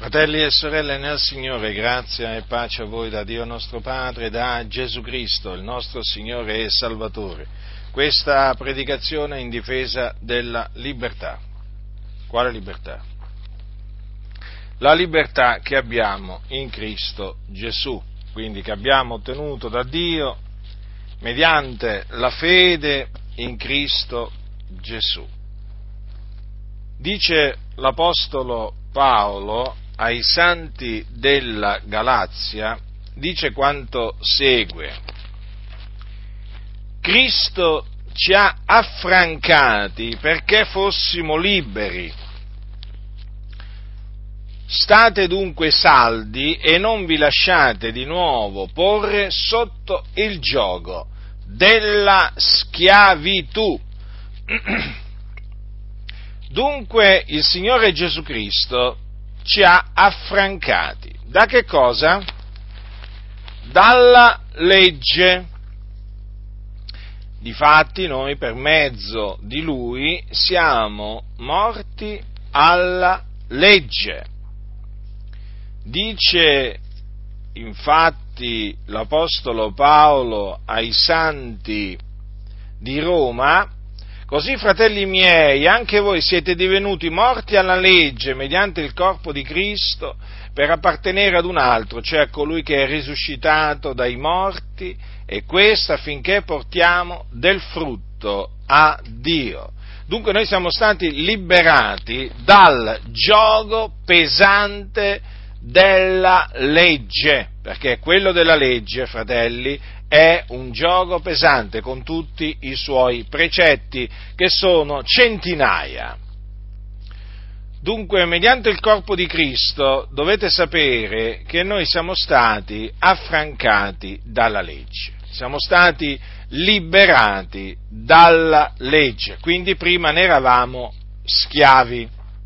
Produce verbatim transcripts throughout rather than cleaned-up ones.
Fratelli e sorelle nel Signore, grazia e pace a voi da Dio nostro Padre, da Gesù Cristo, il nostro Signore e Salvatore. Questa predicazione è in difesa della libertà. Quale libertà? La libertà che abbiamo in Cristo Gesù, quindi che abbiamo ottenuto da Dio mediante la fede in Cristo Gesù. Dice l'Apostolo Paolo ai santi della Galazia, dice quanto segue: Cristo ci ha affrancati perché fossimo liberi. State dunque saldi e non vi lasciate di nuovo porre sotto il giogo della schiavitù. Dunque il Signore Gesù Cristo ci ha affrancati. Da che cosa? Dalla legge. Difatti noi per mezzo di Lui siamo morti alla legge. Dice infatti l'Apostolo Paolo ai santi di Roma: così, fratelli miei, anche voi siete divenuti morti alla legge mediante il corpo di Cristo per appartenere ad un altro, cioè a colui che è risuscitato dai morti, e questo affinché portiamo del frutto a Dio. Dunque noi siamo stati liberati dal giogo pesante della legge, perché quello della legge, fratelli, è un giogo pesante con tutti i suoi precetti, che sono centinaia. Dunque, mediante il corpo di Cristo dovete sapere che noi siamo stati affrancati dalla legge, siamo stati liberati dalla legge, quindi prima ne eravamo schiavi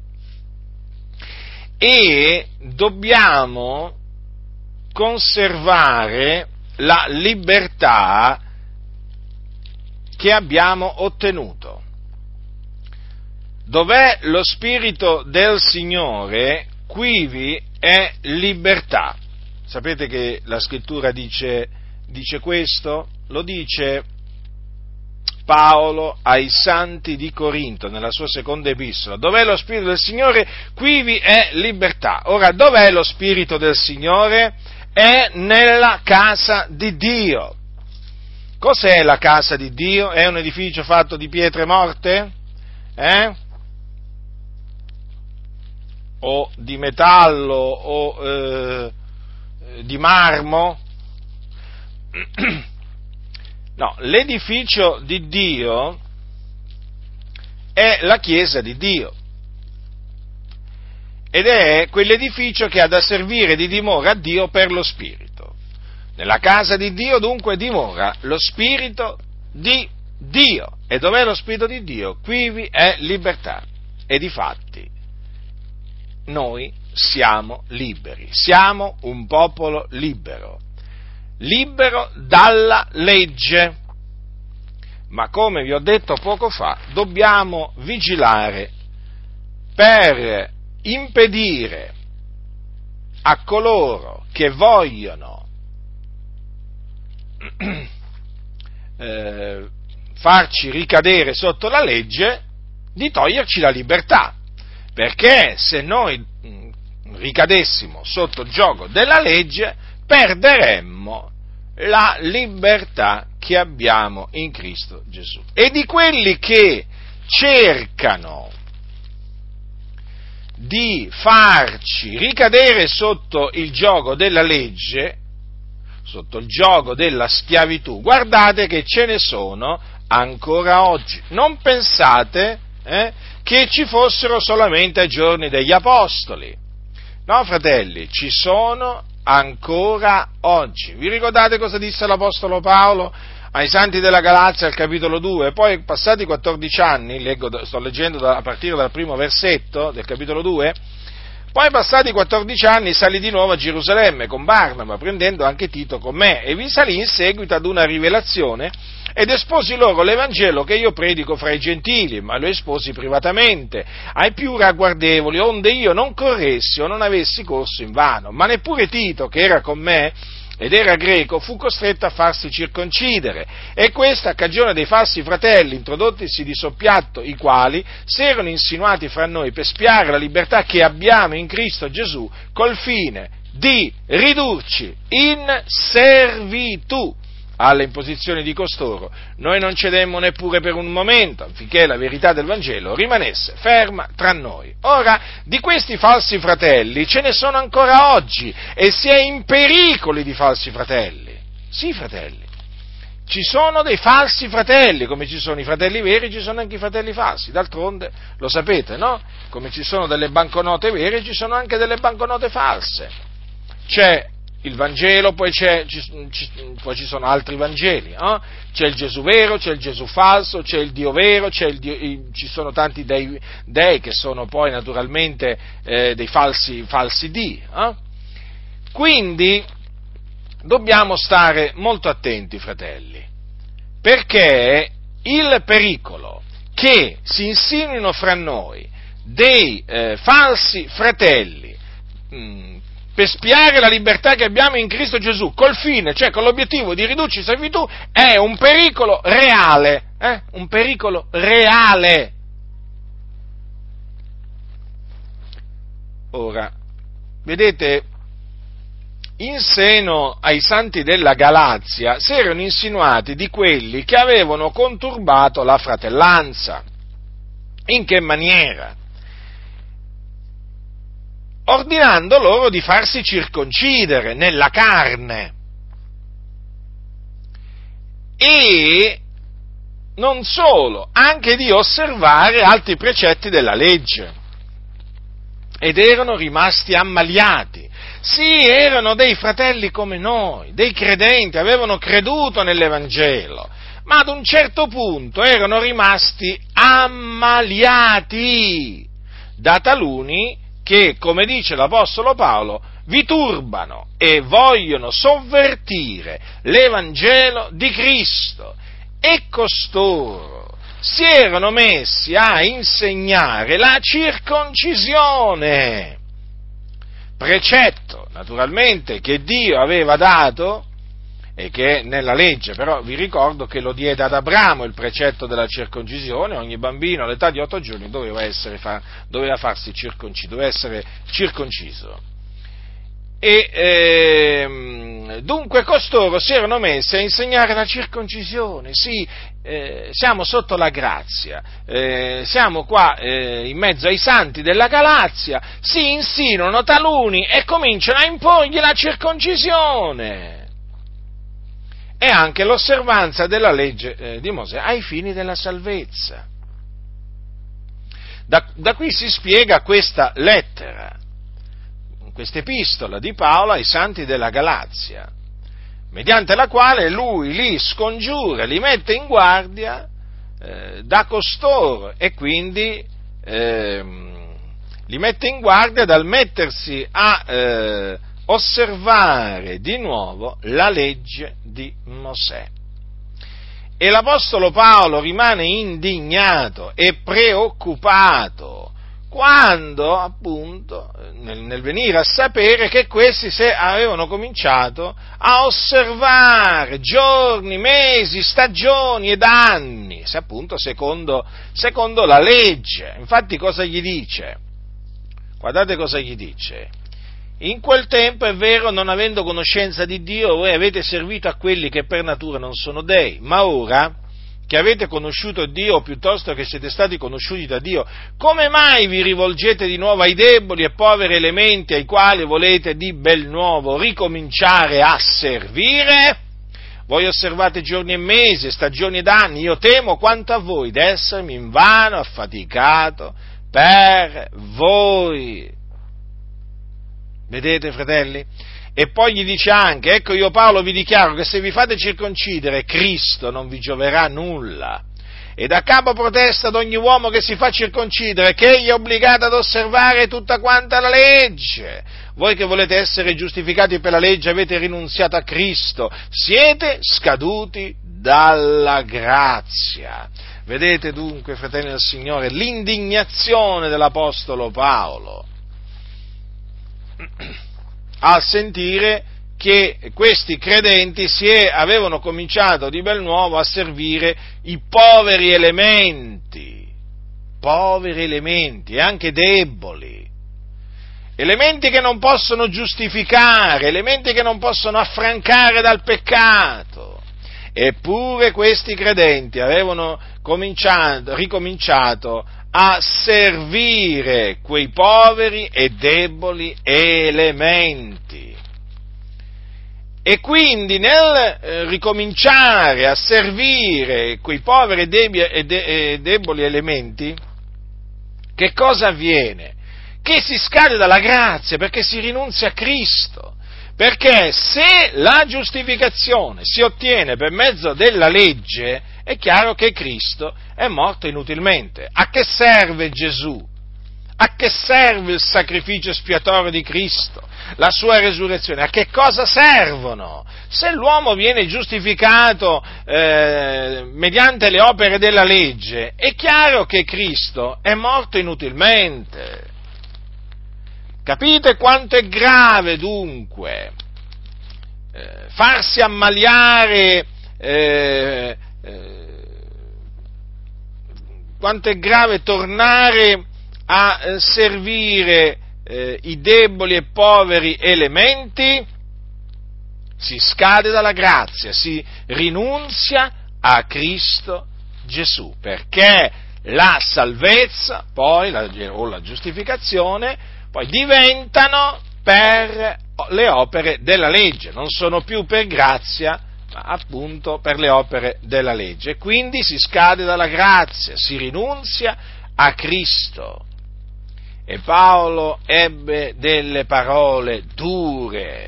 e dobbiamo conservare la libertà che abbiamo ottenuto. Dov'è lo Spirito del Signore, quivi è libertà. Sapete che la Scrittura dice, dice questo? Lo dice Paolo ai santi di Corinto, nella sua seconda epistola. Dov'è lo Spirito del Signore, quivi è libertà. Ora, dov'è lo Spirito del Signore? È nella casa di Dio. Cos'è la casa di Dio? È un edificio fatto di pietre morte? Eh? O di metallo o eh, di marmo? No, l'edificio di Dio è la chiesa di Dio. Ed è quell'edificio che ha da servire di dimora a Dio per lo Spirito. Nella casa di Dio dunque dimora lo Spirito di Dio. E dov'è lo Spirito di Dio? Quivi è libertà. E difatti noi siamo liberi, siamo un popolo libero, libero dalla legge. Ma come vi ho detto poco fa, dobbiamo vigilare per impedire a coloro che vogliono eh, farci ricadere sotto la legge di toglierci la libertà, perché se noi ricadessimo sotto il gioco della legge perderemmo la libertà che abbiamo in Cristo Gesù. E di quelli che cercano di farci ricadere sotto il gioco della legge, sotto il gioco della schiavitù, guardate che ce ne sono ancora oggi. Non pensate eh, che ci fossero solamente ai giorni degli Apostoli. No, fratelli, ci sono ancora oggi. Vi ricordate cosa disse l'Apostolo Paolo ai santi della Galazia al capitolo due? Poi, passati quattordici anni, leggo, sto leggendo da, a partire dal primo versetto del capitolo due, poi passati quattordici anni salì di nuovo a Gerusalemme con Barnaba, prendendo anche Tito con me, e vi salì in seguito ad una rivelazione ed esposi loro l'Evangelo che io predico fra i gentili, ma lo esposi privatamente ai più ragguardevoli, onde io non corressi o non avessi corso invano, ma neppure Tito, che era con me, ed era greco, fu costretto a farsi circoncidere, e questa a cagione dei falsi fratelli introdottisi di soppiatto, i quali si erano insinuati fra noi per spiare la libertà che abbiamo in Cristo Gesù, col fine di ridurci in servitù alle imposizioni di costoro. Noi non cedemmo neppure per un momento, affinché la verità del Vangelo rimanesse ferma tra noi. Ora, di questi falsi fratelli ce ne sono ancora oggi, e si è in pericoli di falsi fratelli. Sì, fratelli, ci sono dei falsi fratelli, come ci sono i fratelli veri, ci sono anche i fratelli falsi. D'altronde, lo sapete, no? Come ci sono delle banconote vere, ci sono anche delle banconote false. C'è il Vangelo, poi, c'è, ci, ci, poi ci sono altri Vangeli, eh? C'è il Gesù vero, c'è il Gesù falso, c'è il Dio vero, c'è il Dio, i, ci sono tanti dei, dei che sono poi naturalmente eh, dei falsi, falsi dei. Eh? Quindi dobbiamo stare molto attenti, fratelli, perché il pericolo che si insinuino fra noi dei eh, falsi fratelli, mh, per spiare la libertà che abbiamo in Cristo Gesù, col fine, cioè con l'obiettivo di ridurci in servitù, è un pericolo reale, eh? un pericolo reale. Ora, vedete, in seno ai santi della Galazia si erano insinuati di quelli che avevano conturbato la fratellanza. In che maniera? Ordinando loro di farsi circoncidere nella carne e non solo, anche di osservare altri precetti della legge, ed erano rimasti ammaliati. Sì, erano dei fratelli come noi, dei credenti, avevano creduto nell'Evangelo, ma ad un certo punto erano rimasti ammaliati da taluni che, come dice l'Apostolo Paolo, vi turbano e vogliono sovvertire l'Evangelo di Cristo, e costoro si erano messi a insegnare la circoncisione, precetto naturalmente che Dio aveva dato e che nella legge, però vi ricordo che lo diede ad Abramo il precetto della circoncisione. Ogni bambino all'età di otto giorni doveva, essere fa, doveva farsi circonciso, doveva essere circonciso. E ehm, dunque costoro si erano messi a insegnare la circoncisione. Sì, eh, siamo sotto la grazia, eh, siamo qua eh, in mezzo ai santi della Galazia, si insinuano taluni e cominciano a imporgli la circoncisione e anche l'osservanza della legge eh, di Mosè ai fini della salvezza. Da, da qui si spiega questa lettera, questa epistola di Paolo ai santi della Galazia, mediante la quale lui li scongiura, li mette in guardia eh, da costoro, e quindi eh, li mette in guardia dal mettersi a eh, osservare di nuovo la legge di Mosè. E l'Apostolo Paolo rimane indignato e preoccupato quando, appunto, nel, nel venire a sapere che questi se avevano cominciato a osservare giorni, mesi, stagioni ed anni, se appunto secondo, secondo la legge. Infatti cosa gli dice? Guardate cosa gli dice. In quel tempo, è vero, non avendo conoscenza di Dio, voi avete servito a quelli che per natura non sono dei, ma ora che avete conosciuto Dio, o piuttosto che siete stati conosciuti da Dio, come mai vi rivolgete di nuovo ai deboli e poveri elementi ai quali volete di bel nuovo ricominciare a servire? Voi osservate giorni e mesi, stagioni ed anni, io temo quanto a voi d'essermi invano affaticato per voi. Vedete, fratelli? E poi gli dice anche, ecco io Paolo vi dichiaro che se vi fate circoncidere, Cristo non vi gioverà nulla. E da capo protesta ad ogni uomo che si fa circoncidere, che egli è obbligato ad osservare tutta quanta la legge. Voi che volete essere giustificati per la legge avete rinunziato a Cristo, siete scaduti dalla grazia. Vedete dunque, fratelli del Signore, l'indignazione dell'Apostolo Paolo al sentire che questi credenti si è, avevano cominciato di bel nuovo a servire i poveri elementi, poveri elementi e anche deboli, elementi che non possono giustificare, elementi che non possono affrancare dal peccato. Eppure questi credenti avevano cominciato, ricominciato a servire quei poveri e deboli elementi. E quindi nel eh, ricominciare a servire quei poveri e, debi, e, de, e deboli elementi, che cosa avviene? Che si scade dalla grazia, perché si rinunzia a Cristo. Perché se la giustificazione si ottiene per mezzo della legge, è chiaro che Cristo è morto inutilmente. A che serve Gesù? A che serve il sacrificio espiatorio di Cristo? La sua resurrezione? A che cosa servono? Se l'uomo viene giustificato eh, mediante le opere della legge, è chiaro che Cristo è morto inutilmente. Capite quanto è grave dunque eh, farsi ammaliare, eh, eh, quanto è grave tornare a eh, servire eh, i deboli e poveri elementi? Si scade dalla grazia, si rinunzia a Cristo Gesù, perché la salvezza, poi, la, o la giustificazione, poi diventano per le opere della legge, non sono più per grazia, ma appunto per le opere della legge. E quindi si scade dalla grazia, si rinunzia a Cristo. E Paolo ebbe delle parole dure.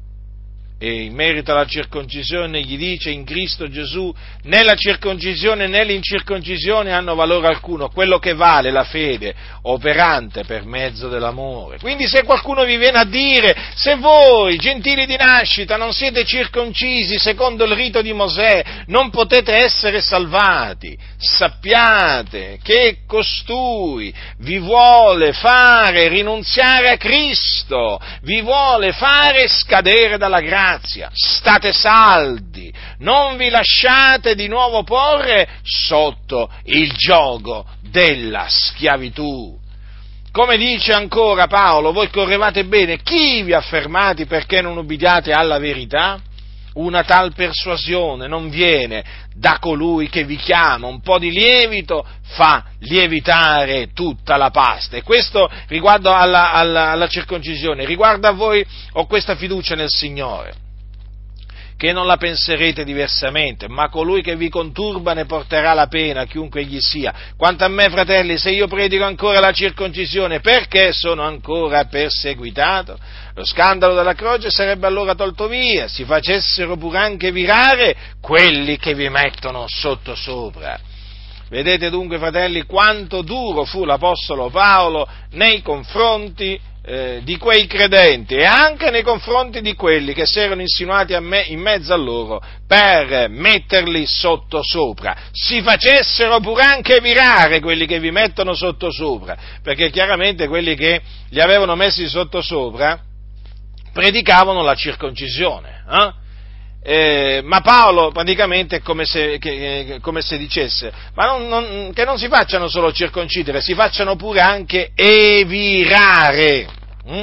E in merito alla circoncisione gli dice: in Cristo Gesù né la circoncisione né l'incirconcisione hanno valore alcuno, quello che vale è la fede operante per mezzo dell'amore. Quindi se qualcuno vi viene a dire: se voi, gentili di nascita, non siete circoncisi secondo il rito di Mosè, non potete essere salvati, sappiate che costui vi vuole fare rinunziare a Cristo, vi vuole fare scadere dalla grazia. State saldi, non vi lasciate di nuovo porre sotto il giogo della schiavitù. Come dice ancora Paolo: voi correvate bene, chi vi ha fermati perché non ubbidiate alla verità? Una tal persuasione non viene da colui che vi chiama, un po' di lievito fa lievitare tutta la pasta. E questo riguardo alla, alla, alla circoncisione. Riguardo a voi ho questa fiducia nel Signore, che non la penserete diversamente, ma colui che vi conturba ne porterà la pena, chiunque egli sia. Quanto a me, fratelli, se io predico ancora la circoncisione, perché sono ancora perseguitato? Lo scandalo della croce sarebbe allora tolto via, si facessero pur anche virare quelli che vi mettono sottosopra. Vedete dunque, fratelli, quanto duro fu l'Apostolo Paolo nei confronti eh, di quei credenti e anche nei confronti di quelli che si erano insinuati a me, in mezzo a loro per metterli sottosopra. Si facessero pur anche virare quelli che vi mettono sottosopra, perché chiaramente quelli che li avevano messi sottosopra predicavano la circoncisione, eh? Eh, ma Paolo praticamente è come se, che, come se dicesse: ma non, non, che non si facciano solo circoncidere, si facciano pure anche evirare. Mm?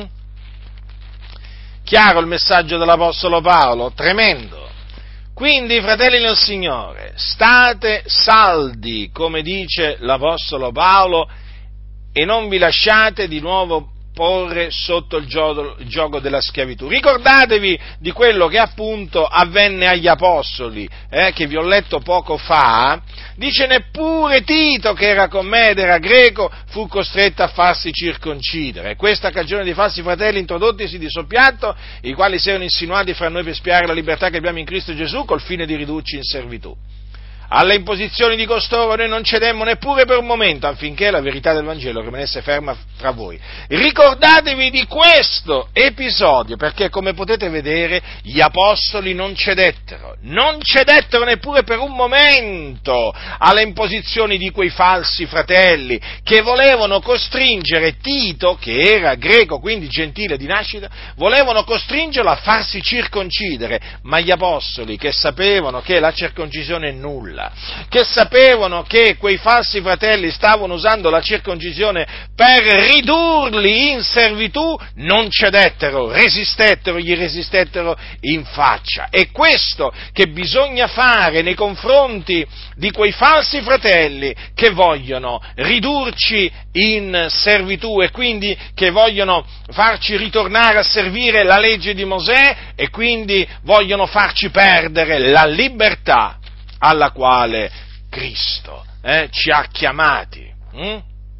Chiaro il messaggio dell'Apostolo Paolo? Tremendo. Quindi, fratelli nel Signore, state saldi, come dice l'Apostolo Paolo, e non vi lasciate di nuovo porre sotto il gioco, il gioco della schiavitù. Ricordatevi di quello che appunto avvenne agli apostoli, eh, che vi ho letto poco fa. Dice: neppure Tito, che era con me ed era greco, fu costretto a farsi circoncidere. Questa cagione di falsi fratelli introdottisi di soppiatto, i quali si erano insinuati fra noi per spiare la libertà che abbiamo in Cristo Gesù, col fine di ridurci in servitù. alle imposizioni di costoro noi non cedemmo neppure per un momento affinché la verità del Vangelo rimanesse ferma fra voi. Ricordatevi di questo episodio, perché come potete vedere gli apostoli non cedettero, non cedettero neppure per un momento alle imposizioni di quei falsi fratelli che volevano costringere Tito, che era greco, quindi gentile di nascita, volevano costringerlo a farsi circoncidere, ma gli apostoli, che sapevano che la circoncisione è nulla, che sapevano che quei falsi fratelli stavano usando la circoncisione per ridurli in servitù, non cedettero, resistettero, gli resistettero in faccia. È questo che bisogna fare nei confronti di quei falsi fratelli che vogliono ridurci in servitù e quindi che vogliono farci ritornare a servire la legge di Mosè e quindi vogliono farci perdere la libertà alla quale Cristo eh, ci ha chiamati. Hm?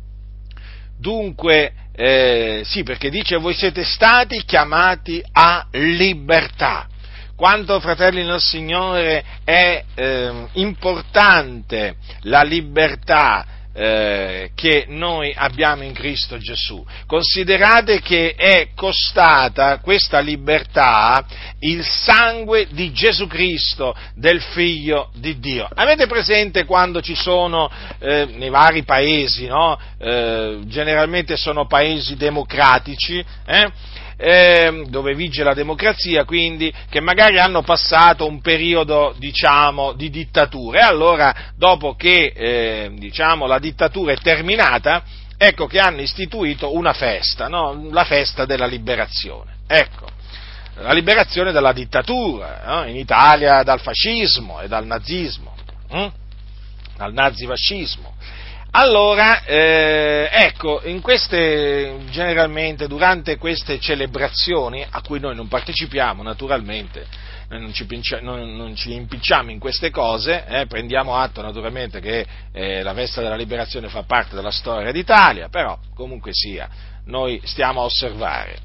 Dunque, eh, sì, perché dice voi siete stati chiamati a libertà. Quanto, fratelli nel Signore, è eh, importante la libertà Eh, che noi abbiamo in Cristo Gesù. Considerate che è costata questa libertà il sangue di Gesù Cristo, del Figlio di Dio. Avete presente quando ci sono eh, nei vari paesi, no? Eh, generalmente sono paesi democratici, eh? Eh, dove vige la democrazia, quindi che magari hanno passato un periodo, diciamo, di dittatura, e allora dopo che eh, diciamo la dittatura è terminata, ecco che hanno istituito una festa, no? La festa della liberazione. Ecco, la liberazione dalla dittatura, no? In Italia dal fascismo e dal nazismo, hm? dal nazifascismo. Allora, eh, ecco, in queste, generalmente, durante queste celebrazioni, a cui noi non partecipiamo, naturalmente, noi non ci, non, non ci impicciamo in queste cose, eh, prendiamo atto, naturalmente, che eh, la festa della liberazione fa parte della storia d'Italia, però, comunque sia, noi stiamo a osservare.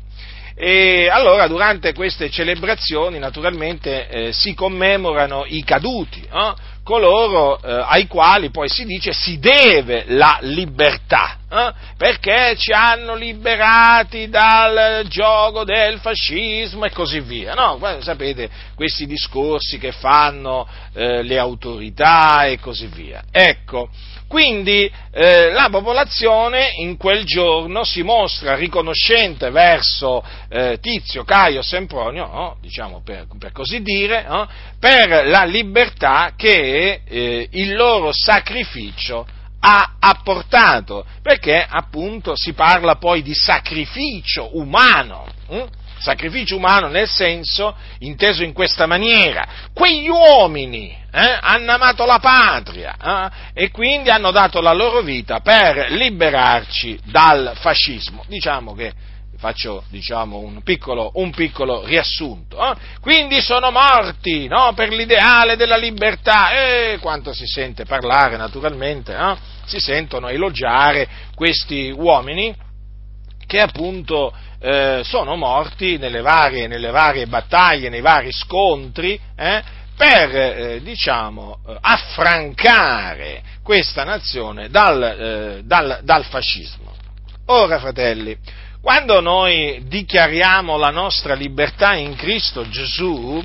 E allora durante queste celebrazioni naturalmente eh, si commemorano i caduti, eh? coloro eh, ai quali poi si dice si deve la libertà, eh? perché ci hanno liberati dal giogo del fascismo e così via, no? Sapete questi discorsi che fanno eh, le autorità e così via. Ecco, quindi eh, la popolazione in quel giorno si mostra riconoscente verso eh, Tizio, Caio, Sempronio, no? diciamo per, per così dire, no? per la libertà che eh, il loro sacrificio ha apportato, perché appunto si parla poi di sacrificio umano, hm? sacrificio umano nel senso inteso in questa maniera: quegli uomini eh, hanno amato la patria eh, e quindi hanno dato la loro vita per liberarci dal fascismo. Diciamo che faccio diciamo un piccolo, un piccolo riassunto. Eh? Quindi sono morti no, per l'ideale della libertà, e quanto si sente parlare naturalmente, eh? si sentono elogiare questi uomini che appunto eh, sono morti nelle varie, nelle varie battaglie, nei vari scontri, eh, per, eh, diciamo, affrancare questa nazione dal, eh, dal, dal fascismo. Ora, fratelli, quando noi dichiariamo la nostra libertà in Cristo Gesù,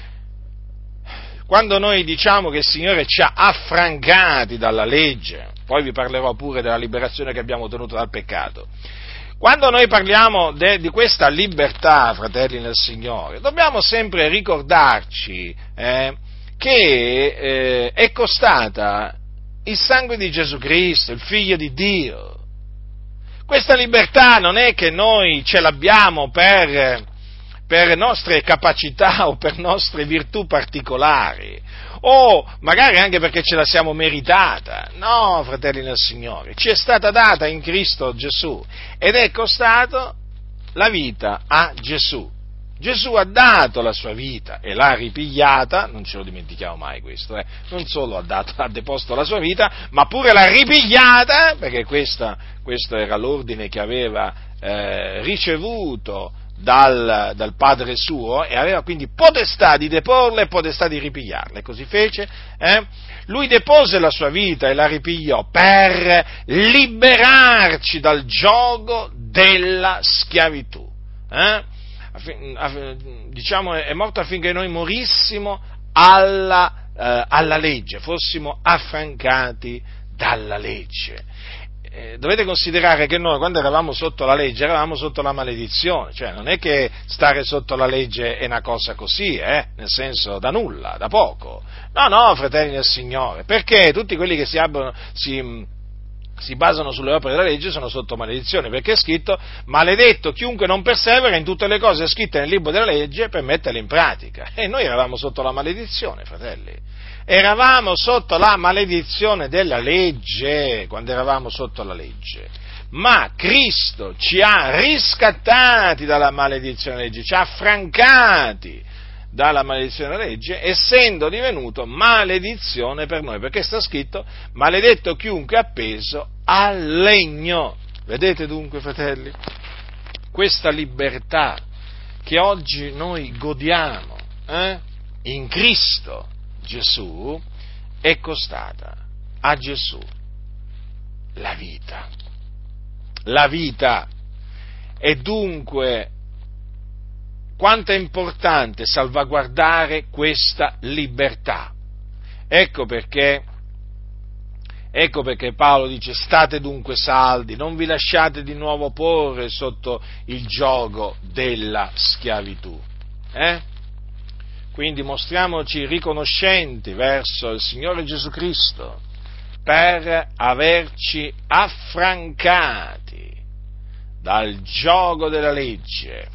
quando noi diciamo che il Signore ci ha affrancati dalla legge, poi vi parlerò pure della liberazione che abbiamo ottenuto dal peccato, quando noi parliamo de, di questa libertà, fratelli nel Signore, dobbiamo sempre ricordarci eh, che eh, è costata il sangue di Gesù Cristo, il Figlio di Dio. Questa libertà non è che noi ce l'abbiamo per, per nostre capacità o per nostre virtù particolari, o magari anche perché ce la siamo meritata. No, fratelli nel Signore, ci è stata data in Cristo Gesù ed è costato la vita a Gesù. Gesù ha dato la sua vita e l'ha ripigliata, non ce lo dimentichiamo mai questo, eh. non solo ha, dato, ha deposto la sua vita, ma pure l'ha ripigliata, perché questa, questo era l'ordine che aveva eh, ricevuto dal, dal padre suo e aveva quindi potestà di deporla e potestà di ripigliarla, e così fece. Eh? Lui depose la sua vita e la ripigliò per liberarci dal giogo della schiavitù. Eh? Diciamo, è morto affinché noi morissimo alla, eh, alla legge, fossimo affrancati dalla legge. Eh, dovete considerare che noi, quando eravamo sotto la legge, eravamo sotto la maledizione, cioè non è che stare sotto la legge è una cosa così, eh? Nel senso, da nulla, da poco. No, no, fratelli del Signore, perché tutti quelli che si abbiano, si si basano sulle opere della legge sono sotto maledizione, perché è scritto: maledetto chiunque non persevera in tutte le cose scritte nel libro della legge per metterle in pratica. E noi eravamo sotto la maledizione, fratelli, eravamo sotto la maledizione della legge, quando eravamo sotto la legge, ma Cristo ci ha riscattati dalla maledizione della legge, ci ha affrancati dalla maledizione della legge, essendo divenuto maledizione per noi, perché sta scritto: maledetto chiunque è appeso al legno. Vedete dunque, fratelli, questa libertà che oggi noi godiamo eh, in Cristo Gesù è costata a Gesù la vita. La vita. E dunque quanto è importante salvaguardare questa libertà. Ecco perché, ecco perché Paolo dice: state dunque saldi, non vi lasciate di nuovo porre sotto il giogo della schiavitù. Eh? Quindi mostriamoci riconoscenti verso il Signore Gesù Cristo per averci affrancati dal giogo della legge,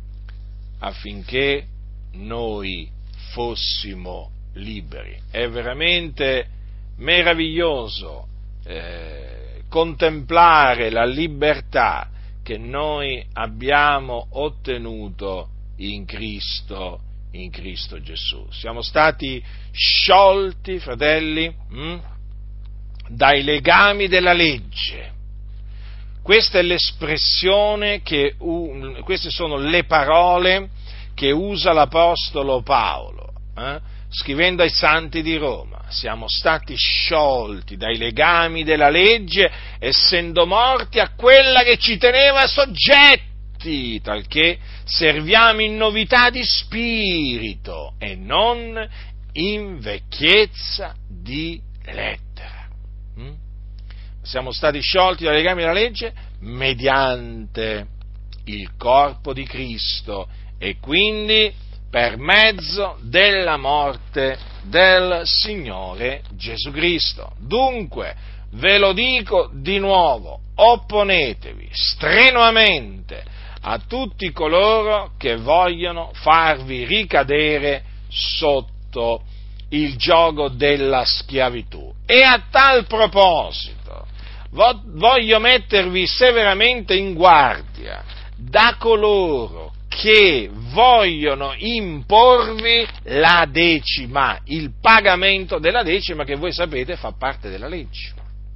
affinché noi fossimo liberi. È veramente meraviglioso eh, contemplare la libertà che noi abbiamo ottenuto in Cristo, in Cristo Gesù. Siamo stati sciolti, fratelli, hm, dai legami della legge. Questa è l'espressione che, uh, queste sono le parole che usa l'Apostolo Paolo, eh, scrivendo ai santi di Roma. Siamo stati sciolti dai legami della legge, essendo morti a quella che ci teneva soggetti, talché serviamo in novità di spirito e non in vecchiezza di lettera. Mm? Siamo stati sciolti dai legami della legge mediante il corpo di Cristo e quindi per mezzo della morte del Signore Gesù Cristo. Dunque, ve lo dico di nuovo, opponetevi strenuamente a tutti coloro che vogliono farvi ricadere sotto il giogo della schiavitù. E a tal proposito voglio mettervi severamente in guardia da coloro che vogliono imporvi la decima, il pagamento della decima, che voi sapete fa parte della legge.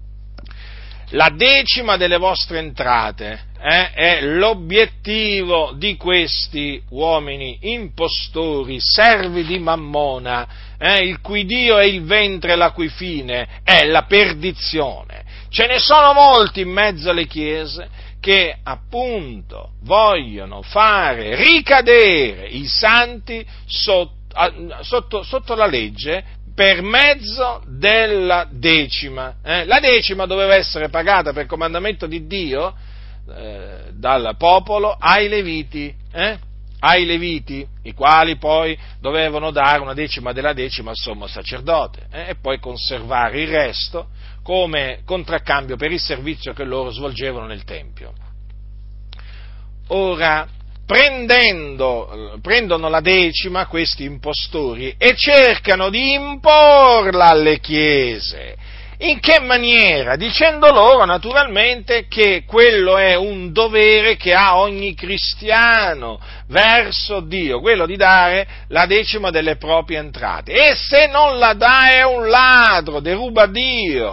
La decima delle vostre entrate eh, è l'obiettivo di questi uomini impostori, servi di Mammona, eh, il cui Dio è il ventre e la cui fine è la perdizione. Ce ne sono molti in mezzo alle chiese che appunto vogliono fare ricadere i santi sotto, sotto, sotto la legge per mezzo della decima. Eh? La decima doveva essere pagata per comandamento di Dio eh, dal popolo ai Leviti, eh? ai Leviti, i quali poi dovevano dare una decima della decima al sommo sacerdote eh? e poi conservare il resto come contraccambio per il servizio che loro svolgevano nel Tempio. Ora, prendendo, prendono la decima questi impostori e cercano di imporla alle chiese. In che maniera? Dicendo loro naturalmente che quello è un dovere che ha ogni cristiano verso Dio, quello di dare la decima delle proprie entrate. E se non la dà è un ladro, deruba Dio.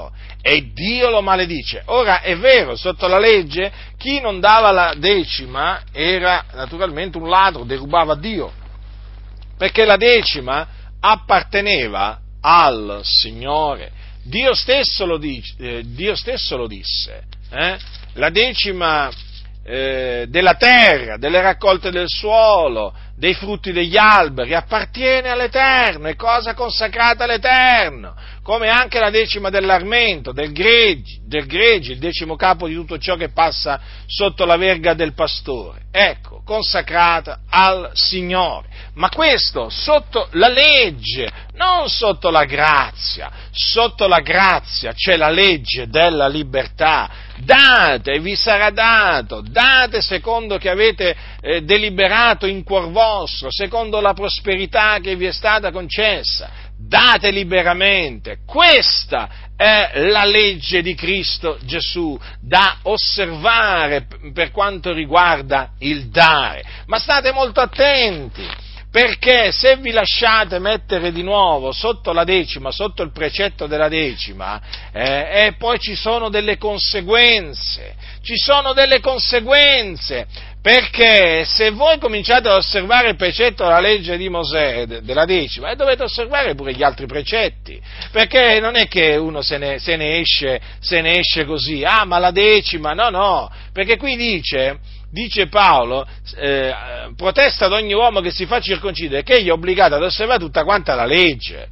e Dio lo maledice. Ora, è vero, sotto la legge, chi non dava la decima era naturalmente un ladro, derubava Dio, perché la decima apparteneva al Signore. Dio stesso lo, dice, eh, Dio stesso lo disse, eh? La decima eh, della terra, delle raccolte del suolo, dei frutti degli alberi, appartiene all'Eterno, è cosa consacrata all'Eterno, come anche la decima dell'armento, del gregge, del gregge, il decimo capo di tutto ciò che passa sotto la verga del pastore. Ecco, consacrata al Signore. Ma questo sotto la legge, non sotto la grazia. Sotto la grazia c'è la legge della libertà. Date e vi sarà dato, date secondo che avete eh, deliberato in cuor vostro, secondo la prosperità che vi è stata concessa, date liberamente. Questa è la legge di Cristo Gesù da osservare per quanto riguarda il dare. Ma state molto attenti, perché se vi lasciate mettere di nuovo sotto la decima, sotto il precetto della decima, eh, e poi ci sono delle conseguenze, ci sono delle conseguenze, perché se voi cominciate ad osservare il precetto della legge di Mosè, de, della decima, e dovete osservare pure gli altri precetti, perché non è che uno se ne, se ne esce, se ne esce così, ah ma la decima, no no, perché qui dice... Dice Paolo, eh, protesta ad ogni uomo che si fa circoncidere, che egli è obbligato ad osservare tutta quanta la legge.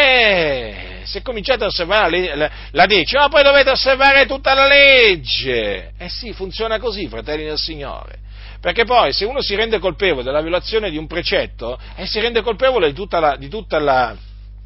E se cominciate ad osservare la, la, la decima, poi dovete osservare tutta la legge. Eh sì, funziona così, fratelli del Signore. Perché poi, se uno si rende colpevole della violazione di un precetto, eh, si rende colpevole di tutta la... Di tutta la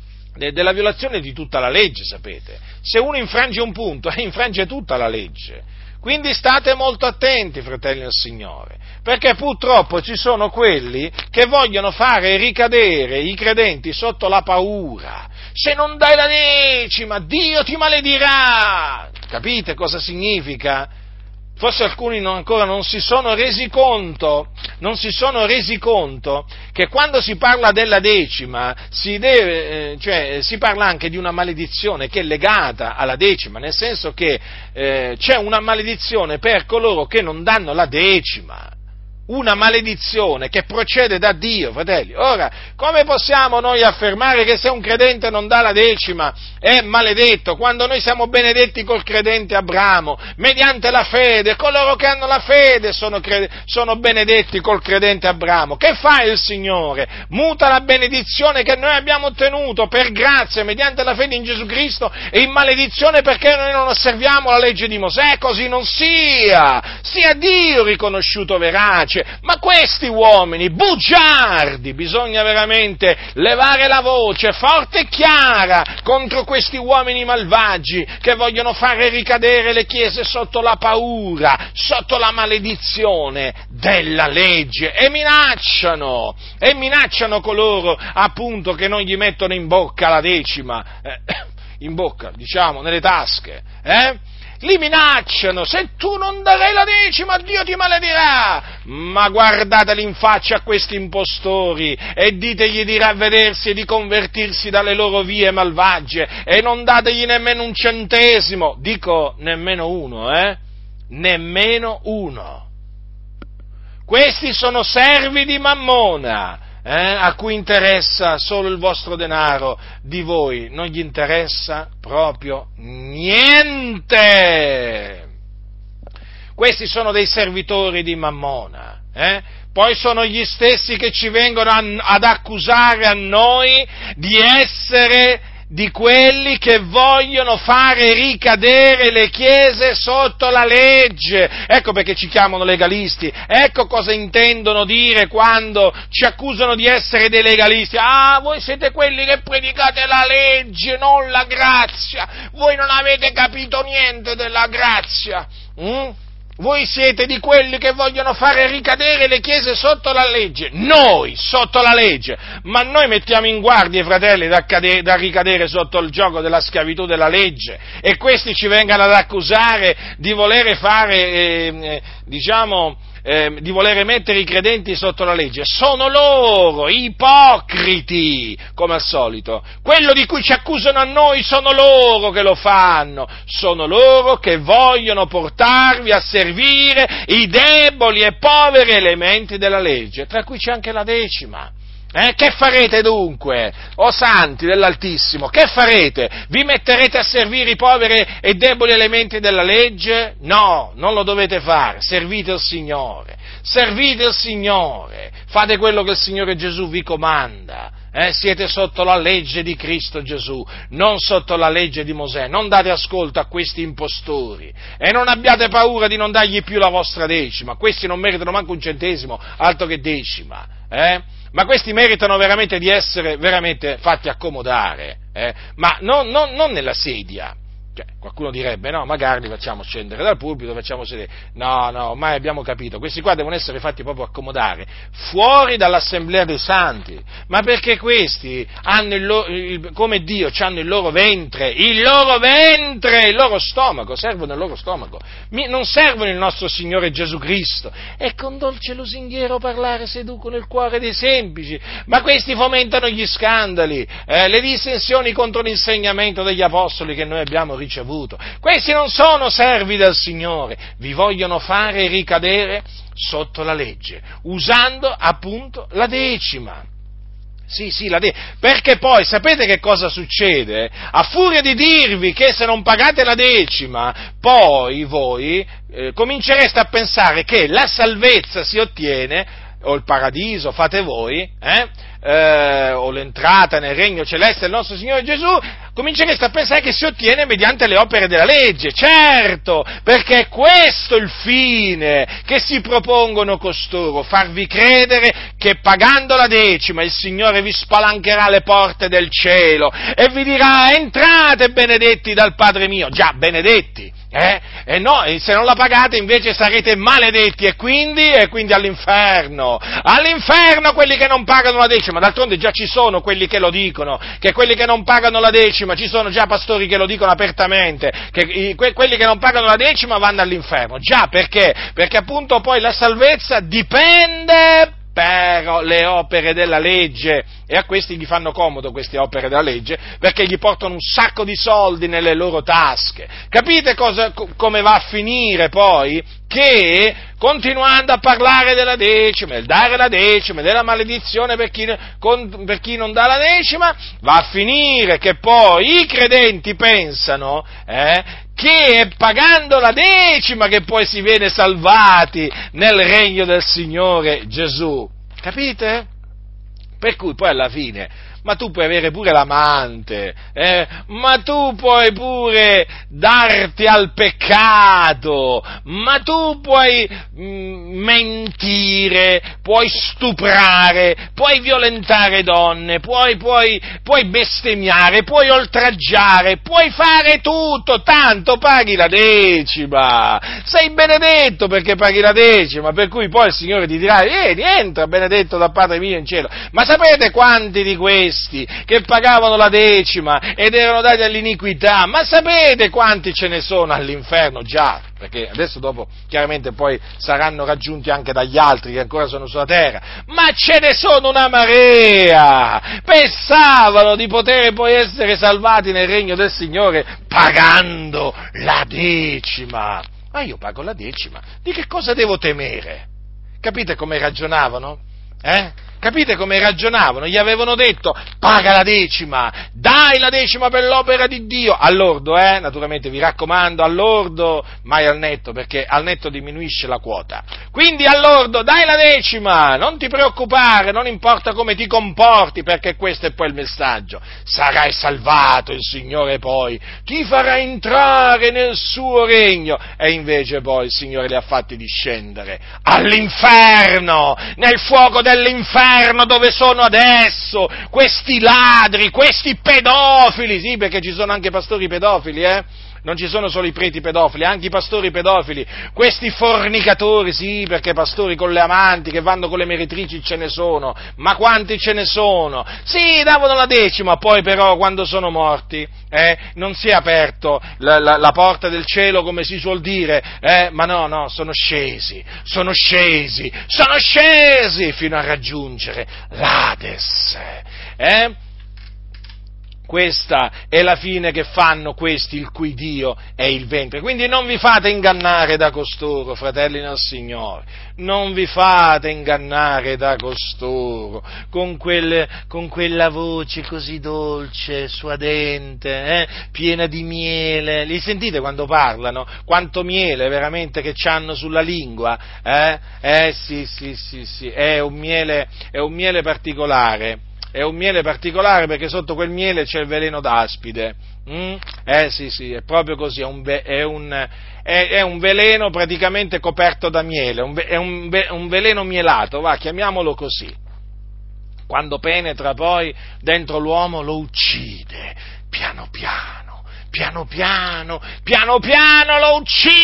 della violazione di tutta la legge, sapete. Se uno infrange un punto, eh, infrange tutta la legge. Quindi state molto attenti, fratelli del Signore, perché purtroppo ci sono quelli che vogliono fare ricadere i credenti sotto la paura. Se non dai la decima, Dio ti maledirà! Capite cosa significa? Forse alcuni non, ancora non si sono resi conto, non si sono resi conto che quando si parla della decima si deve, eh, cioè si parla anche di una maledizione che è legata alla decima, nel senso che eh, c'è una maledizione per coloro che non danno la decima. Una maledizione che procede da Dio, fratelli. Ora, come possiamo noi affermare che se un credente non dà la decima è maledetto, quando noi siamo benedetti col credente Abramo, mediante la fede? Coloro che hanno la fede sono, cred- sono benedetti col credente Abramo. Che fa il Signore? Muta la benedizione che noi abbiamo ottenuto per grazia, mediante la fede in Gesù Cristo, e in maledizione perché noi non osserviamo la legge di Mosè. Così non sia! Sia Dio riconosciuto verace. Ma questi uomini bugiardi, bisogna veramente levare la voce forte e chiara contro questi uomini malvagi che vogliono fare ricadere le chiese sotto la paura, sotto la maledizione della legge, e minacciano, e minacciano coloro appunto che non gli mettono in bocca la decima, eh, in bocca, diciamo, nelle tasche, eh? Li minacciano, se tu non darai la decima Dio ti maledirà. Ma guardateli in faccia a questi impostori e ditegli di ravvedersi e di convertirsi dalle loro vie malvagie, e non dategli nemmeno un centesimo, dico nemmeno uno, eh? Nemmeno uno. Questi sono servi di Mammona, eh, a cui interessa solo il vostro denaro, di voi non gli interessa proprio niente. Questi sono dei servitori di Mammona, eh? Poi sono gli stessi che ci vengono a, ad accusare a noi di essere di quelli che vogliono fare ricadere le chiese sotto la legge. Ecco perché ci chiamano legalisti, ecco cosa intendono dire quando ci accusano di essere dei legalisti. Ah, voi siete quelli che predicate la legge, non la grazia, voi non avete capito niente della grazia. Mm? Voi siete di quelli che vogliono fare ricadere le chiese sotto la legge, noi sotto la legge, ma noi mettiamo in guardia i fratelli da, cade- da ricadere sotto il gioco della schiavitù della legge, e questi ci vengano ad accusare di volere fare, eh, eh, diciamo, eh, di volere mettere i credenti sotto la legge, sono loro, ipocriti, come al solito. Quello di cui ci accusano a noi sono loro che lo fanno, sono loro che vogliono portarvi a servire i deboli e poveri elementi della legge, tra cui c'è anche la decima. Eh, che farete dunque, o santi dell'Altissimo, che farete? Vi metterete a servire i poveri e deboli elementi della legge? No, non lo dovete fare, servite il Signore, servite il Signore, fate quello che il Signore Gesù vi comanda, eh, siete sotto la legge di Cristo Gesù, non sotto la legge di Mosè, non date ascolto a questi impostori e non abbiate paura di non dargli più la vostra decima, questi non meritano manco un centesimo, altro che decima, eh? Ma questi meritano veramente di essere veramente fatti accomodare, eh? Ma non, non, non nella sedia. Cioè, qualcuno direbbe, no, magari li facciamo scendere dal pulpito, facciamo sedere. No, no, ormai abbiamo capito, questi qua devono essere fatti proprio accomodare, fuori dall'assemblea dei santi, ma perché questi hanno il loro, il, come Dio, hanno il loro ventre, il loro ventre, il loro stomaco, servono il loro stomaco, Mi, non servono il nostro Signore Gesù Cristo, e con dolce lusinghiero parlare seducono il cuore dei semplici, ma questi fomentano gli scandali, eh, le dissensioni contro l'insegnamento degli apostoli che noi abbiamo ricevuto. Questi non sono servi del Signore, vi vogliono fare ricadere sotto la legge, usando appunto la decima. Sì, sì, la de- perché poi sapete che cosa succede? A furia di dirvi che se non pagate la decima, poi voi eh, comincereste a pensare che la salvezza si ottiene, o il paradiso fate voi, eh? Eh, o l'entrata nel regno celeste del nostro Signore Gesù, comincereste a pensare che si ottiene mediante le opere della legge, certo, perché è questo il fine che si propongono costoro, farvi credere che pagando la decima il Signore vi spalancherà le porte del cielo e vi dirà: entrate benedetti dal Padre mio, già benedetti, eh? E no, e se non la pagate invece sarete maledetti e quindi, e quindi all'inferno, all'inferno quelli che non pagano la decima, d'altronde già ci sono quelli che lo dicono, che quelli che non pagano la decima, ci sono già pastori che lo dicono apertamente, che i, que, quelli che non pagano la decima vanno all'inferno, già perché? Perché appunto poi la salvezza dipende per le opere della legge, e a questi gli fanno comodo queste opere della legge, perché gli portano un sacco di soldi nelle loro tasche. Capite cosa, come va a finire poi? Che, continuando a parlare della decima, del dare la decima, della maledizione per chi, con, per chi non dà la decima, va a finire che poi i credenti pensano, eh, che è pagando la decima che poi si viene salvati nel regno del Signore Gesù. Capite? Per cui poi alla fine, ma tu puoi avere pure l'amante, eh? Ma tu puoi pure darti al peccato, ma tu puoi mm, mentire, puoi stuprare, puoi violentare donne, puoi, puoi, puoi bestemmiare, puoi oltraggiare, puoi fare tutto, tanto paghi la decima, sei benedetto perché paghi la decima, per cui poi il Signore ti dirà: vieni, entra benedetto da Padre mio in cielo. Ma sapete quanti di questi che pagavano la decima ed erano dati all'iniquità, ma sapete quanti ce ne sono all'inferno? Già, perché adesso dopo chiaramente poi saranno raggiunti anche dagli altri che ancora sono sulla terra, ma ce ne sono una marea, pensavano di poter poi essere salvati nel regno del Signore pagando la decima. Ma io pago la decima, di che cosa devo temere? Capite come ragionavano? Eh? Capite come ragionavano? Gli avevano detto: paga la decima, dai la decima per l'opera di Dio, all'ordo, eh? Naturalmente vi raccomando, all'ordo, mai al netto, perché al netto diminuisce la quota. Quindi all'ordo, dai la decima, non ti preoccupare, non importa come ti comporti, perché questo è poi il messaggio. Sarai salvato, il Signore poi ti farà entrare nel suo regno. E invece poi il Signore li ha fatti discendere all'inferno, nel fuoco dell'inferno, dove sono adesso questi ladri, questi pedofili, sì, perché ci sono anche pastori pedofili, eh? non ci sono solo i preti pedofili, anche i pastori pedofili, questi fornicatori, sì, perché pastori con le amanti che vanno con le meretrici ce ne sono, ma quanti ce ne sono? Sì, davano la decima, poi però quando sono morti, eh, non si è aperto la, la, la porta del cielo come si suol dire, eh, ma no, no, sono scesi, sono scesi, sono scesi fino a raggiungere l'Ades, eh? Questa è la fine che fanno questi, il cui Dio è il ventre. Quindi non vi fate ingannare da costoro, fratelli nel Signore, non vi fate ingannare da costoro, con, quel, con quella voce così dolce, suadente, eh, piena di miele. Li sentite quando parlano? Quanto miele veramente che c'hanno sulla lingua? Eh, eh sì, sì, sì, sì, è un miele, è un miele particolare. È un miele particolare perché sotto quel miele c'è il veleno d'aspide. Mm? Eh sì, sì, è proprio così, è un, è, un, è, è un veleno praticamente coperto da miele, un, è un, un veleno mielato, va, chiamiamolo così. Quando penetra poi dentro l'uomo lo uccide, piano piano, piano piano, piano piano lo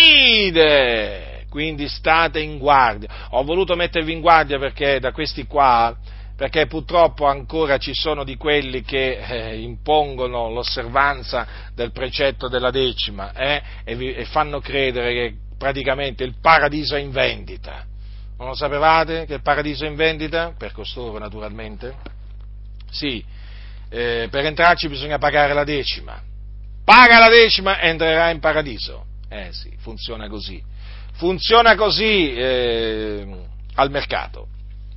uccide. Quindi state in guardia. Ho voluto mettervi in guardia perché da questi qua, perché purtroppo ancora ci sono di quelli che eh, impongono l'osservanza del precetto della decima eh, e, vi, e fanno credere che praticamente il paradiso è in vendita. Non lo sapevate che il paradiso è in vendita? Per costoro naturalmente. Sì, eh, per entrarci bisogna pagare la decima. Paga la decima e entrerà in paradiso. Eh sì, funziona così. Funziona così eh, al mercato.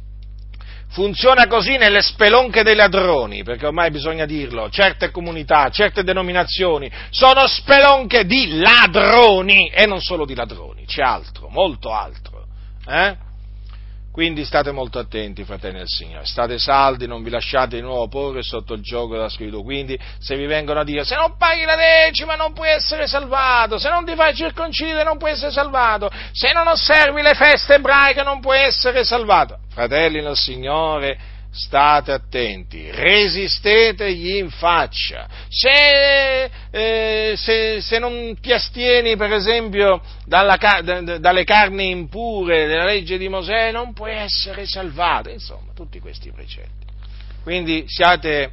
Funziona così nelle spelonche dei ladroni, perché ormai bisogna dirlo, certe comunità, certe denominazioni sono spelonche di ladroni, e non solo di ladroni, c'è altro, molto altro. Eh? Quindi state molto attenti, fratelli del Signore, state saldi, non vi lasciate di nuovo porre sotto il gioco della schiavitù. Quindi se vi vengono a dire se non paghi la decima non puoi essere salvato, se non ti fai circoncidere non puoi essere salvato, se non osservi le feste ebraiche non puoi essere salvato. Fratelli del Signore, state attenti, resistetegli in faccia. Se, eh, se, se non ti astieni, per esempio, dalla, dalle carni impure della legge di Mosè, non puoi essere salvato. Insomma, tutti questi precetti. Quindi siate,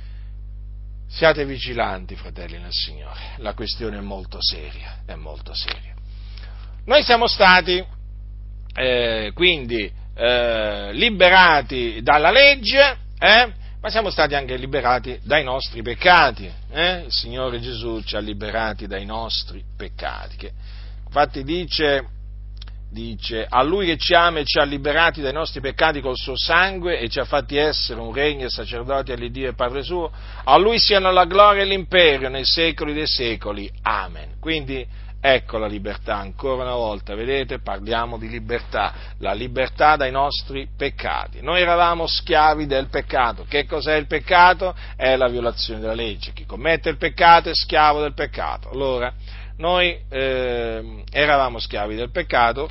siate vigilanti, fratelli nel Signore. La questione è molto seria, è molto seria. Noi siamo stati, eh, quindi, Eh, liberati dalla legge, eh, ma siamo stati anche liberati dai nostri peccati. Eh? Il Signore Gesù ci ha liberati dai nostri peccati. Che, infatti dice, dice, a Lui che ci ama e ci ha liberati dai nostri peccati col suo sangue e ci ha fatti essere un regno e sacerdoti all'Iddio e Padre suo, a Lui siano la gloria e l'imperio nei secoli dei secoli. Amen. Quindi, ecco la libertà, ancora una volta, vedete, parliamo di libertà, la libertà dai nostri peccati. Noi eravamo schiavi del peccato. Che cos'è il peccato? È la violazione della legge. Chi commette il peccato è schiavo del peccato. Allora, noi eh, eravamo schiavi del peccato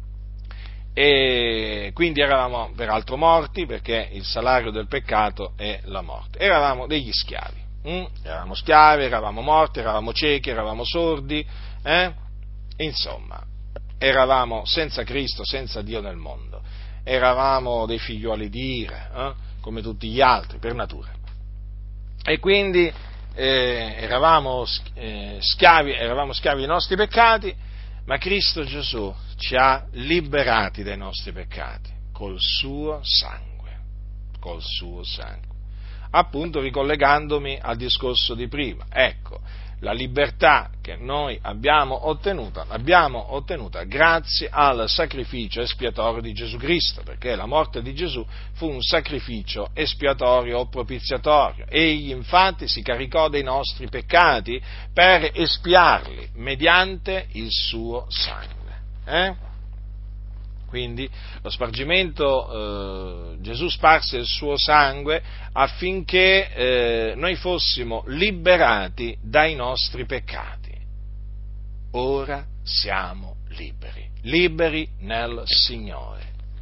e quindi eravamo peraltro morti, perché il salario del peccato è la morte. Eravamo degli schiavi. Mm? Eravamo schiavi, eravamo morti, eravamo ciechi, eravamo sordi. Eh? Insomma, eravamo senza Cristo, senza Dio nel mondo, eravamo dei figliuoli di ira, eh? come tutti gli altri, per natura. E quindi eh, eravamo, eh, schiavi, eravamo schiavi dei nostri peccati, ma Cristo Gesù ci ha liberati dai nostri peccati col suo sangue, col suo sangue. Appunto, ricollegandomi al discorso di prima, ecco, la libertà che noi abbiamo ottenuta, l'abbiamo ottenuta grazie al sacrificio espiatorio di Gesù Cristo, perché la morte di Gesù fu un sacrificio espiatorio o propiziatorio. Egli infatti si caricò dei nostri peccati per espiarli mediante il suo sangue. Eh? Quindi lo spargimento, eh, Gesù sparse il suo sangue affinché eh, noi fossimo liberati dai nostri peccati. Ora siamo liberi, liberi nel Signore.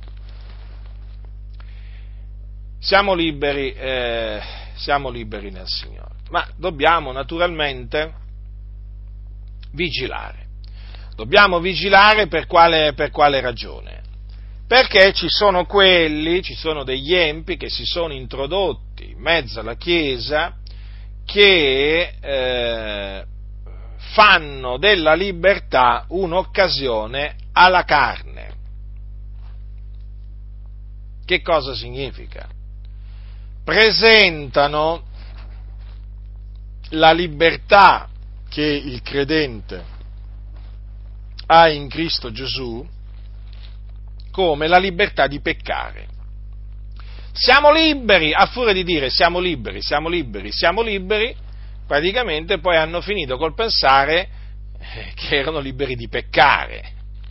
Siamo liberi, eh, siamo liberi nel Signore, ma dobbiamo naturalmente vigilare. Dobbiamo vigilare per quale, per quale ragione? Perché ci sono quelli, ci sono degli empi che si sono introdotti in mezzo alla Chiesa che eh, fanno della libertà un'occasione alla carne. Che cosa significa? Presentano la libertà che il credente ha in Cristo Gesù come la libertà di peccare. Siamo liberi, a furia di dire siamo liberi, siamo liberi, siamo liberi, praticamente poi hanno finito col pensare che erano liberi di peccare.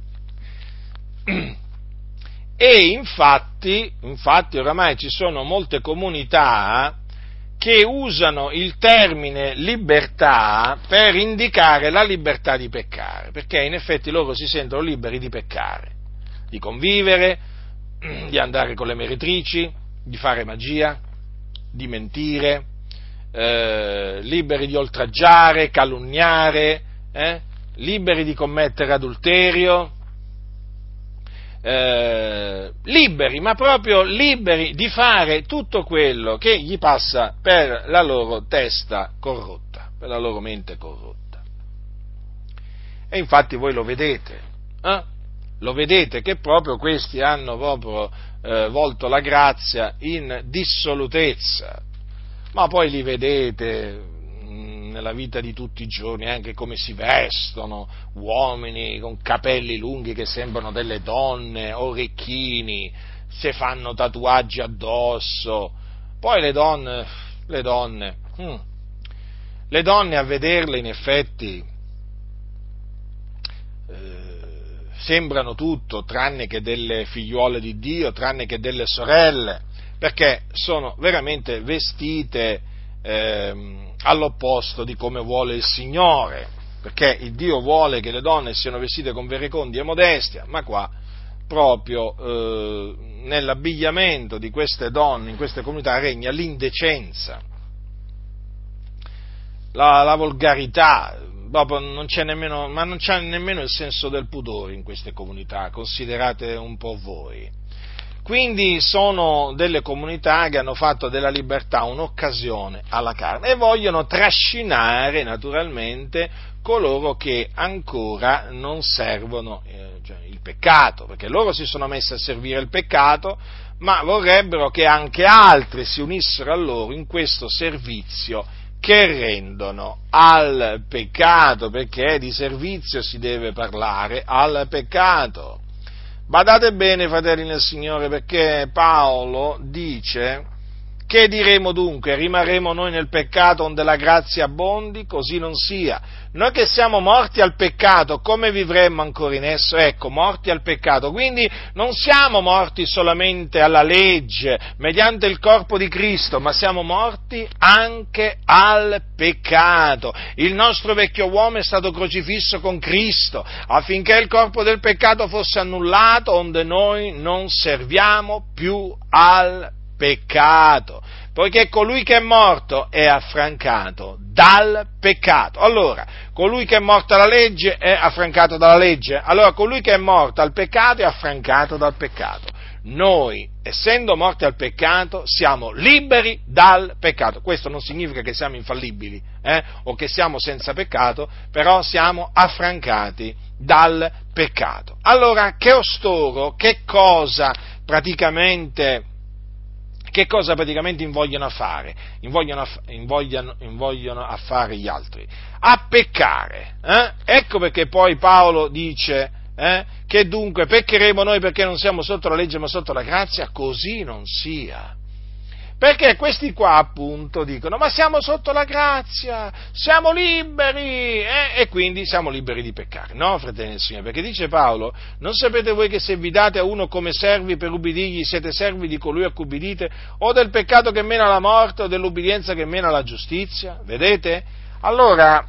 E infatti, infatti oramai ci sono molte comunità che usano il termine libertà per indicare la libertà di peccare, perché in effetti loro si sentono liberi di peccare, di convivere, di andare con le meretrici, di fare magia, di mentire, eh, liberi di oltraggiare, calunniare, eh, liberi di commettere adulterio, eh, liberi, ma proprio liberi di fare tutto quello che gli passa per la loro testa corrotta, per la loro mente corrotta. E infatti voi lo vedete, eh? Lo vedete che proprio questi hanno proprio eh, volto la grazia in dissolutezza, ma poi li vedete nella vita di tutti i giorni, anche come si vestono, uomini con capelli lunghi che sembrano delle donne, orecchini, se fanno tatuaggi addosso, poi le donne, le donne, hmm, le donne a vederle in effetti eh, sembrano tutto tranne che delle figliuole di Dio, tranne che delle sorelle, perché sono veramente vestite eh, all'opposto di come vuole il Signore, perché il Dio vuole che le donne siano vestite con verecondia e modestia, ma qua proprio eh, nell'abbigliamento di queste donne, in queste comunità, regna l'indecenza, la, la volgarità, proprio non c'è nemmeno, ma non c'è nemmeno il senso del pudore in queste comunità, considerate un po' voi. Quindi sono delle comunità che hanno fatto della libertà un'occasione alla carne e vogliono trascinare naturalmente coloro che ancora non servono eh, cioè il peccato, perché loro si sono messi a servire il peccato, ma vorrebbero che anche altri si unissero a loro in questo servizio che rendono al peccato, perché di servizio si deve parlare al peccato. Badate bene, fratelli nel Signore, perché Paolo dice: che diremo dunque? Rimarremo noi nel peccato onde la grazia abbondi? Così non sia. Noi che siamo morti al peccato, come vivremmo ancora in esso? Ecco, morti al peccato. Quindi non siamo morti solamente alla legge, mediante il corpo di Cristo, ma siamo morti anche al peccato. Il nostro vecchio uomo è stato crocifisso con Cristo, affinché il corpo del peccato fosse annullato, onde noi non serviamo più al peccato. peccato, poiché colui che è morto è affrancato dal peccato. Allora, colui che è morto alla legge è affrancato dalla legge, allora colui che è morto al peccato è affrancato dal peccato. Noi, essendo morti al peccato, siamo liberi dal peccato. Questo non significa che siamo infallibili, eh, o che siamo senza peccato, però siamo affrancati dal peccato. Allora, che ostoro, che cosa praticamente Che cosa praticamente invogliano a fare? Invogliano a, invogliano, invogliano a fare gli altri? A peccare. Eh? Ecco perché poi Paolo dice eh, che dunque peccheremo noi perché non siamo sotto la legge ma sotto la grazia? Così non sia. Perché questi qua appunto dicono: ma siamo sotto la grazia, siamo liberi, eh? E quindi siamo liberi di peccare. No, fratelli del Signore, perché dice Paolo: non sapete voi che se vi date a uno come servi per ubbidirgli, siete servi di colui a cui ubbidite, o del peccato che mena alla morte, o dell'ubbidienza che mena alla giustizia? Vedete? Allora,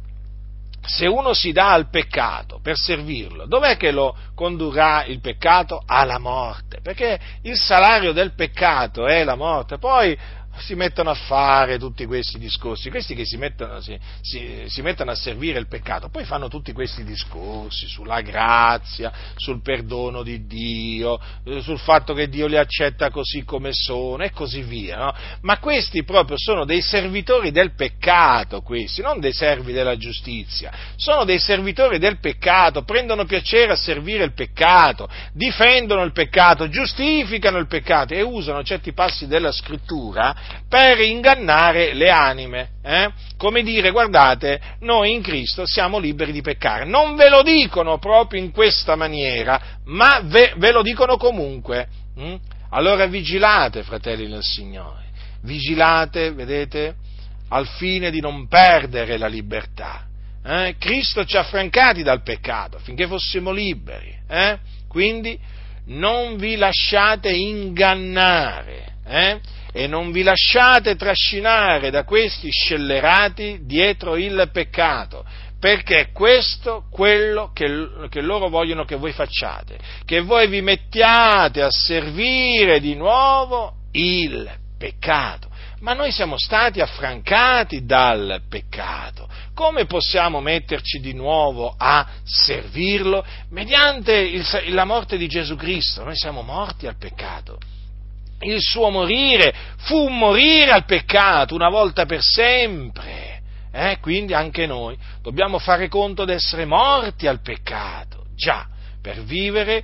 se uno si dà al peccato per servirlo, dov'è che lo condurrà il peccato? Alla morte, perché il salario del peccato è la morte. Poi si mettono a fare tutti questi discorsi, questi che si mettono, si, si, si mettono a servire il peccato, poi fanno tutti questi discorsi sulla grazia, sul perdono di Dio, sul fatto che Dio li accetta così come sono e così via, no? Ma questi proprio sono dei servitori del peccato, questi, non dei servi della giustizia, sono dei servitori del peccato, prendono piacere a servire il peccato, difendono il peccato, giustificano il peccato e usano certi passi della scrittura per ingannare le anime, eh? Come dire, guardate, noi in Cristo siamo liberi di peccare. Non ve lo dicono proprio in questa maniera, ma ve, ve lo dicono comunque. Hm? Allora vigilate, fratelli del Signore, vigilate, vedete, al fine di non perdere la libertà. Eh? Cristo ci ha affrancati dal peccato affinché fossimo liberi, eh? Quindi non vi lasciate ingannare, eh? E non vi lasciate trascinare da questi scellerati dietro il peccato, perché è questo quello che, che loro vogliono che voi facciate, che voi vi mettiate a servire di nuovo il peccato. Ma noi siamo stati affrancati dal peccato, come possiamo metterci di nuovo a servirlo? Mediante il, la morte di Gesù Cristo, noi siamo morti al peccato. Il suo morire fu morire al peccato una volta per sempre, eh? Quindi anche noi dobbiamo fare conto di essere morti al peccato, già, per vivere,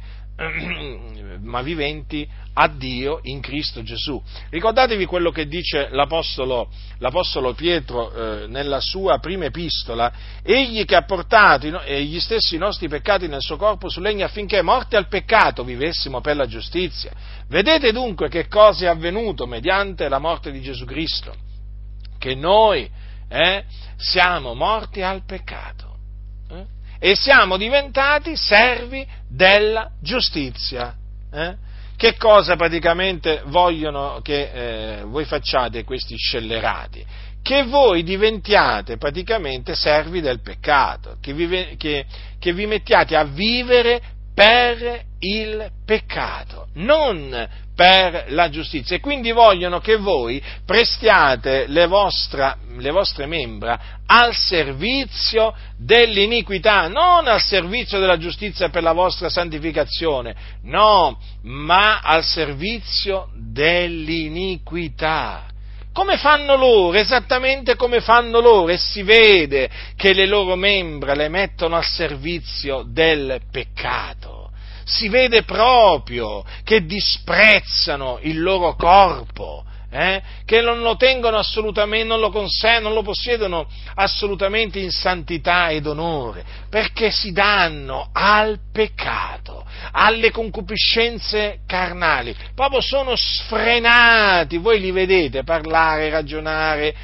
ma viventi a Dio in Cristo Gesù. Ricordatevi quello che dice l'Apostolo, l'Apostolo Pietro eh, nella sua prima epistola: egli che ha portato no, gli stessi nostri peccati nel suo corpo su legno affinché morti al peccato vivessimo per la giustizia. Vedete dunque che cosa è avvenuto mediante la morte di Gesù Cristo? Che noi eh, siamo morti al peccato eh, e siamo diventati servi della giustizia. Eh? Che cosa praticamente vogliono che eh, voi facciate questi scellerati? Che voi diventiate praticamente servi del peccato, che vi, che, che vi mettiate a vivere per il peccato, non per la giustizia, e quindi vogliono che voi prestiate le, vostra, le vostre membra al servizio dell'iniquità, non al servizio della giustizia per la vostra santificazione, no, ma al servizio dell'iniquità. Come fanno loro? Esattamente come fanno loro, e si vede che le loro membra le mettono al servizio del peccato. Si vede proprio che disprezzano il loro corpo, eh? Che non lo tengono assolutamente, non lo consentono, non lo possiedono assolutamente in santità ed onore, perché si danno al peccato, alle concupiscenze carnali, proprio sono sfrenati, voi li vedete parlare, ragionare,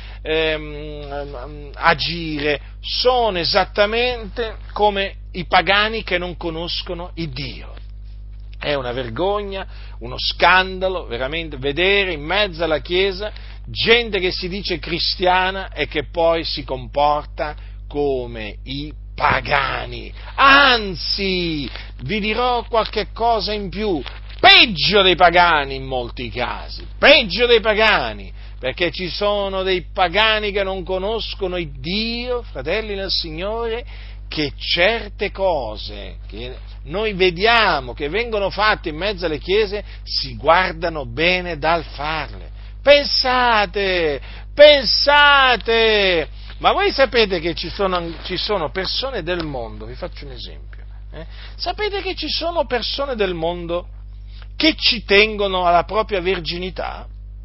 ehm, agire, sono esattamente come i pagani che non conoscono il Dio. È una vergogna, uno scandalo, veramente, vedere in mezzo alla Chiesa gente che si dice cristiana e che poi si comporta come i pagani. Anzi, vi dirò qualche cosa in più, peggio dei pagani in molti casi, peggio dei pagani, perché ci sono dei pagani che non conoscono il Dio, fratelli nel Signore, che certe cose che noi vediamo che vengono fatte in mezzo alle chiese si guardano bene dal farle. Pensate, pensate! Ma voi sapete che ci sono, ci sono persone del mondo, vi faccio un esempio, eh? Sapete che ci sono persone del mondo che ci tengono alla propria verginità?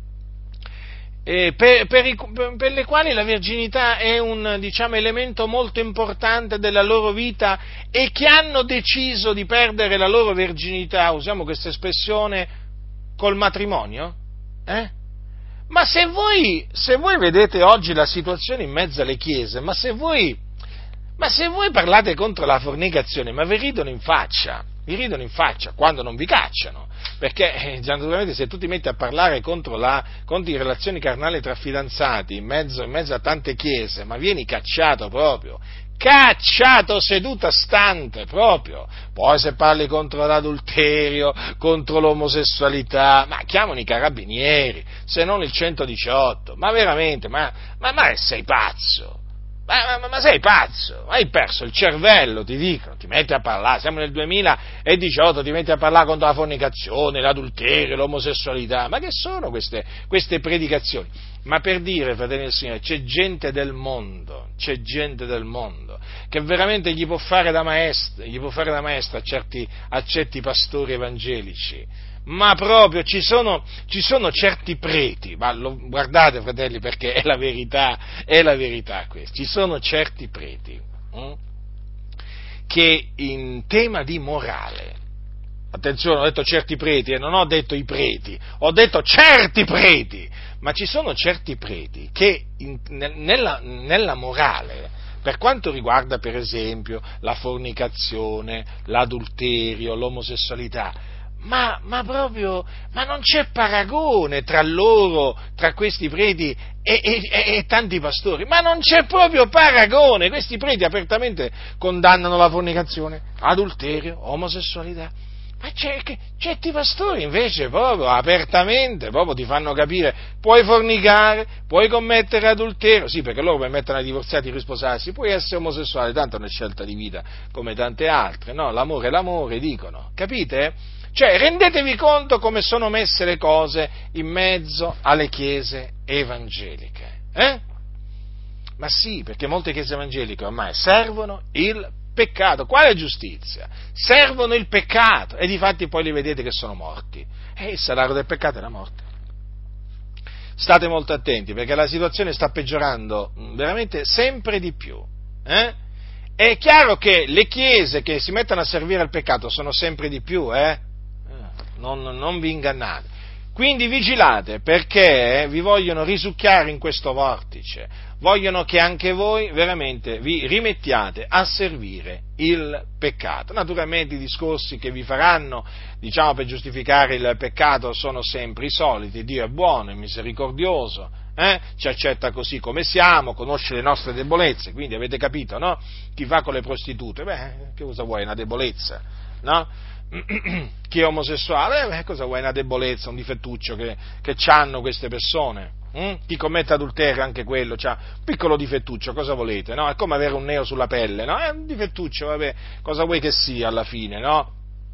Eh, per, per, i, per le quali la verginità è un, diciamo, elemento molto importante della loro vita e che hanno deciso di perdere la loro verginità, usiamo questa espressione, col matrimonio? Eh? Ma se voi, se voi vedete oggi la situazione in mezzo alle chiese, ma se voi, ma se voi parlate contro la fornicazione, ma vi ridono in faccia, vi ridono in faccia quando non vi cacciano, perché eh, naturalmente se tu ti metti a parlare contro, la, contro le relazioni carnali tra fidanzati in mezzo, in mezzo a tante chiese, ma vieni cacciato proprio, cacciato seduta stante proprio. Poi se parli contro l'adulterio, contro l'omosessualità, ma chiamano i carabinieri, se non il centodiciotto, ma veramente, ma, ma, ma sei pazzo? Ma, ma, ma sei pazzo? Ma hai perso il cervello, ti dicono, ti metti a parlare, siamo nel duemiladiciotto, ti metti a parlare contro la fornicazione, l'adulterio, l'omosessualità, ma che sono queste, queste predicazioni? Ma per dire, fratelli del Signore, c'è gente del mondo, c'è gente del mondo, che veramente gli può fare da maestro, gli può fare da maestro a certi, a certi pastori evangelici, ma proprio ci sono, ci sono certi preti, ma lo, guardate fratelli perché è la verità, è la verità questa, ci sono certi preti hm, che in tema di morale, attenzione, ho detto certi preti e eh, non ho detto i preti, ho detto certi preti, ma ci sono certi preti che in, nella, nella morale, per quanto riguarda per esempio la fornicazione, l'adulterio, l'omosessualità, Ma, ma proprio, ma non c'è paragone tra loro, tra questi preti e, e, e, e tanti pastori, ma non c'è proprio paragone, questi preti apertamente condannano la fornicazione, adulterio, omosessualità, ma c'è, certi pastori invece proprio apertamente, proprio ti fanno capire, puoi fornicare, puoi commettere adulterio, sì perché loro permettono ai divorziati di risposarsi, puoi essere omosessuale, tanto è una scelta di vita come tante altre, no? L'amore è l'amore, dicono, capite? Cioè, rendetevi conto come sono messe le cose in mezzo alle chiese evangeliche, eh? Ma sì, perché molte chiese evangeliche ormai servono il peccato. Quale giustizia? Servono il peccato, e difatti poi li vedete che sono morti. E il salario del peccato è la morte. State molto attenti, perché la situazione sta peggiorando veramente sempre di più, eh? È chiaro che le chiese che si mettono a servire al peccato sono sempre di più, eh? Non, non vi ingannate, quindi vigilate perché vi vogliono risucchiare in questo vortice, vogliono che anche voi veramente vi rimettiate a servire il peccato. Naturalmente i discorsi che vi faranno, diciamo, per giustificare il peccato sono sempre i soliti: Dio è buono, è misericordioso, eh? Ci accetta così come siamo, conosce le nostre debolezze, quindi avete capito, no? Chi va con le prostitute, beh, che cosa vuoi, una debolezza, no? Chi è omosessuale, eh, cosa vuoi, una debolezza, un difettuccio che, che c'hanno queste persone, hm? Chi commette adulterio, anche quello c'ha un piccolo difettuccio, cosa volete, no? È come avere un neo sulla pelle, no? È un difettuccio, vabbè, cosa vuoi che sia alla fine, no?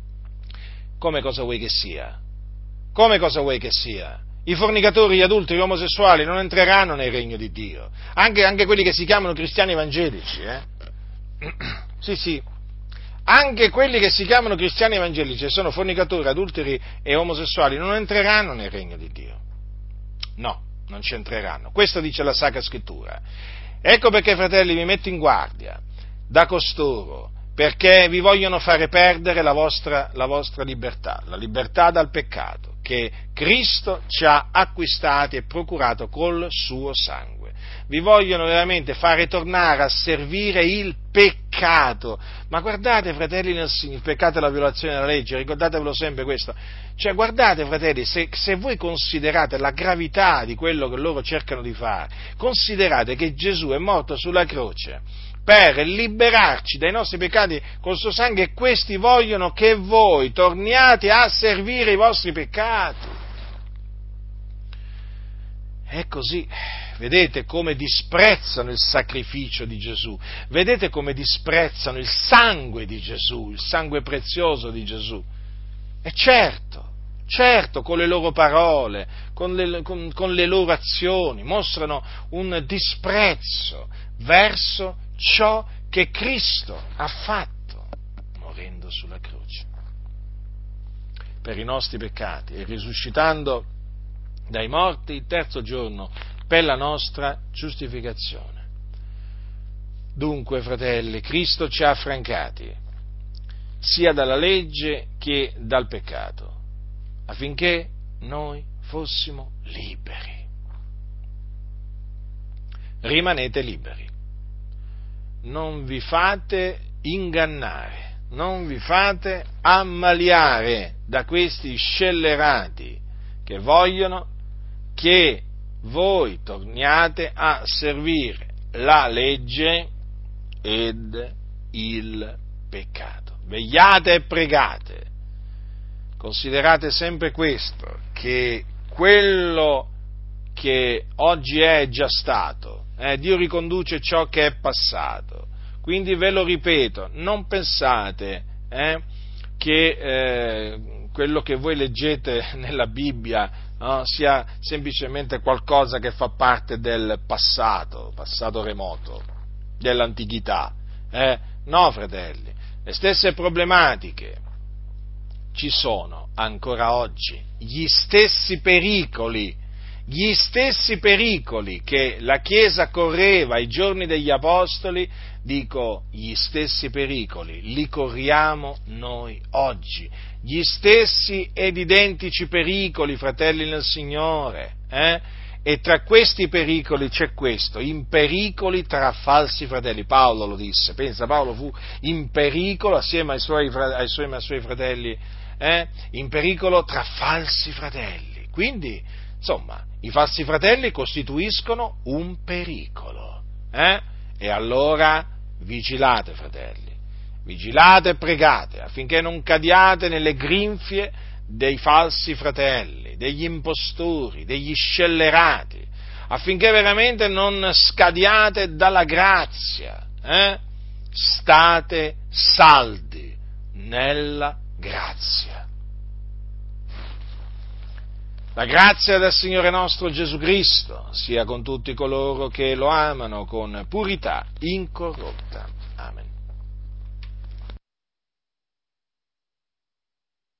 Come cosa vuoi che sia? Come cosa vuoi che sia? I fornicatori, gli adulteri, gli omosessuali non entreranno nel regno di Dio, anche, anche quelli che si chiamano cristiani evangelici, eh? Sì, sì. Anche quelli che si chiamano cristiani evangelici e sono fornicatori, adulteri e omosessuali non entreranno nel regno di Dio. No, non ci entreranno. Questo dice la Sacra Scrittura. Ecco perché, fratelli, vi metto in guardia da costoro, perché vi vogliono fare perdere la vostra, la vostra libertà, la libertà dal peccato, che Cristo ci ha acquistati e procurato col suo sangue. Vi vogliono veramente fare tornare a servire il peccato. Ma guardate, fratelli nel Signore, il peccato è la violazione della legge, ricordatevelo sempre questo. Cioè, guardate, fratelli, se, se voi considerate la gravità di quello che loro cercano di fare, considerate che Gesù è morto sulla croce per liberarci dai nostri peccati col suo sangue, e questi vogliono che voi torniate a servire i vostri peccati. È così, vedete come disprezzano il sacrificio di Gesù, vedete come disprezzano il sangue di Gesù, il sangue prezioso di Gesù. E certo, certo, con le loro parole, con le, con, con le loro azioni, mostrano un disprezzo verso ciò che Cristo ha fatto, morendo sulla croce per i nostri peccati e risuscitando dai morti il terzo giorno per la nostra giustificazione. Dunque, fratelli, Cristo ci ha affrancati sia dalla legge che dal peccato, affinché noi fossimo liberi. Rimanete liberi. Non vi fate ingannare, non vi fate ammaliare da questi scellerati che vogliono che voi torniate a servire la legge ed il peccato. Vegliate e pregate. Considerate sempre questo, che quello che oggi è già stato, eh, Dio riconduce ciò che è passato. Quindi ve lo ripeto, non pensate eh, che eh, quello che voi leggete nella Bibbia no, sia semplicemente qualcosa che fa parte del passato, passato remoto, dell'antichità. Eh? No, fratelli, le stesse problematiche ci sono ancora oggi, gli stessi pericoli, gli stessi pericoli che la Chiesa correva ai giorni degli Apostoli, dico, gli stessi pericoli li corriamo noi oggi, gli stessi ed identici pericoli, fratelli nel Signore, eh? E tra questi pericoli c'è questo, in pericoli tra falsi fratelli. Paolo lo disse, pensa, Paolo fu in pericolo assieme ai suoi, ai suoi, ai suoi fratelli, eh? in pericolo tra falsi fratelli. Quindi, insomma, i falsi fratelli costituiscono un pericolo. Eh? E allora vigilate, fratelli, vigilate e pregate affinché non cadiate nelle grinfie dei falsi fratelli, degli impostori, degli scellerati, affinché veramente non scadiate dalla grazia, eh? State saldi nella grazia. La grazia del Signore nostro Gesù Cristo sia con tutti coloro che lo amano con purità incorrotta.